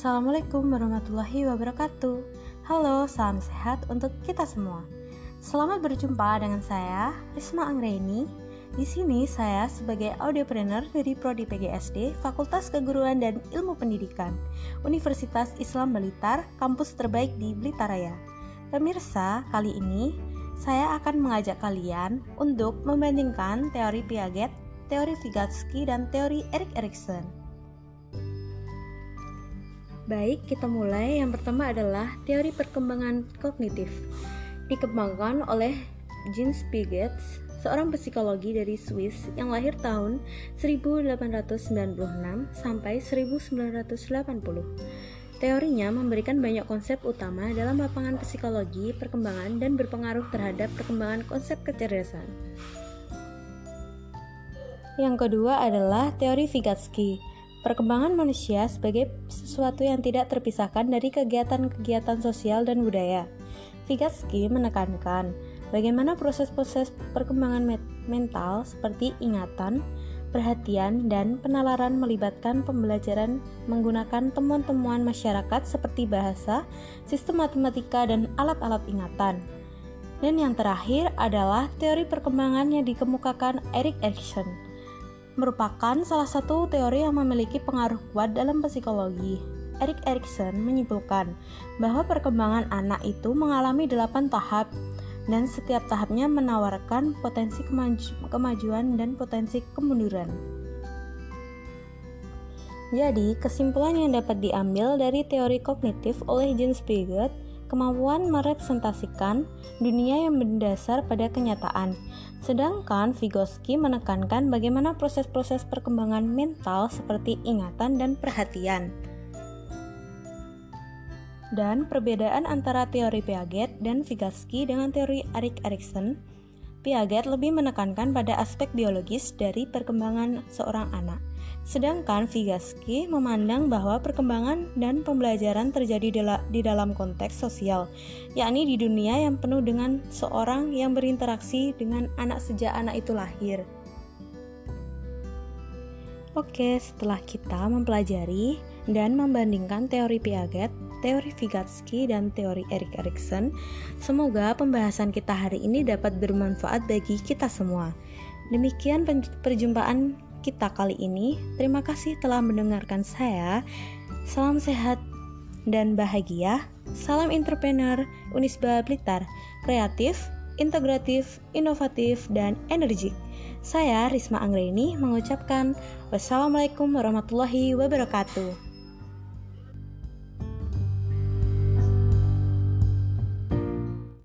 Assalamualaikum warahmatullahi wabarakatuh. Halo, salam sehat untuk kita semua. Selamat berjumpa dengan saya, Risma Anggraini. Di sini saya sebagai audiopreneur dari Prodi PGSD, Fakultas Keguruan dan Ilmu Pendidikan, Universitas Islam Blitar, kampus terbaik di Blitar Raya. Pemirsa, kali ini saya akan mengajak kalian untuk membandingkan teori Piaget, teori Vygotsky, dan teori Erik Erikson. Baik, kita mulai. Yang pertama adalah teori perkembangan kognitif. Dikembangkan oleh Jean Piaget, seorang psikologi dari Swiss yang lahir tahun 1896 sampai 1980. Teorinya memberikan banyak konsep utama dalam lapangan psikologi perkembangan dan berpengaruh terhadap perkembangan konsep kecerdasan. Yang kedua adalah teori Vygotsky. Perkembangan manusia sebagai sesuatu yang tidak terpisahkan dari kegiatan-kegiatan sosial dan budaya. Vygotsky menekankan bagaimana proses-proses perkembangan mental seperti ingatan, perhatian, dan penalaran melibatkan pembelajaran menggunakan temuan-temuan masyarakat seperti bahasa, sistem matematika, dan alat-alat ingatan. Dan yang terakhir adalah teori perkembangan yang dikemukakan Erik Erikson, merupakan salah satu teori yang memiliki pengaruh kuat dalam psikologi. Erik Erikson menyimpulkan bahwa perkembangan anak itu mengalami 8 tahap dan setiap tahapnya menawarkan potensi kemajuan dan potensi kemunduran. Jadi, kesimpulan yang dapat diambil dari teori kognitif oleh Jean Piaget, kemampuan merepresentasikan dunia yang berdasar pada kenyataan. Sedangkan Vygotsky menekankan bagaimana proses-proses perkembangan mental seperti ingatan dan perhatian. Dan perbedaan antara teori Piaget dan Vygotsky dengan teori Erik Erikson, Piaget lebih menekankan pada aspek biologis dari perkembangan seorang anak. Sedangkan Vygotsky memandang bahwa perkembangan dan pembelajaran terjadi di dalam konteks sosial, yakni di dunia yang penuh dengan seorang yang berinteraksi dengan anak sejak anak itu lahir. Oke, setelah kita mempelajari dan membandingkan teori Piaget, teori Vygotsky, dan teori Erik Erikson, semoga pembahasan kita hari ini dapat bermanfaat bagi kita semua. Demikian perjumpaan kita kali ini. Terima kasih telah mendengarkan saya. Salam sehat dan bahagia. Salam entrepreneur Unisba Blitar, kreatif, integratif, inovatif, dan energik. Saya Risma Anggraini mengucapkan wassalamualaikum warahmatullahi wabarakatuh.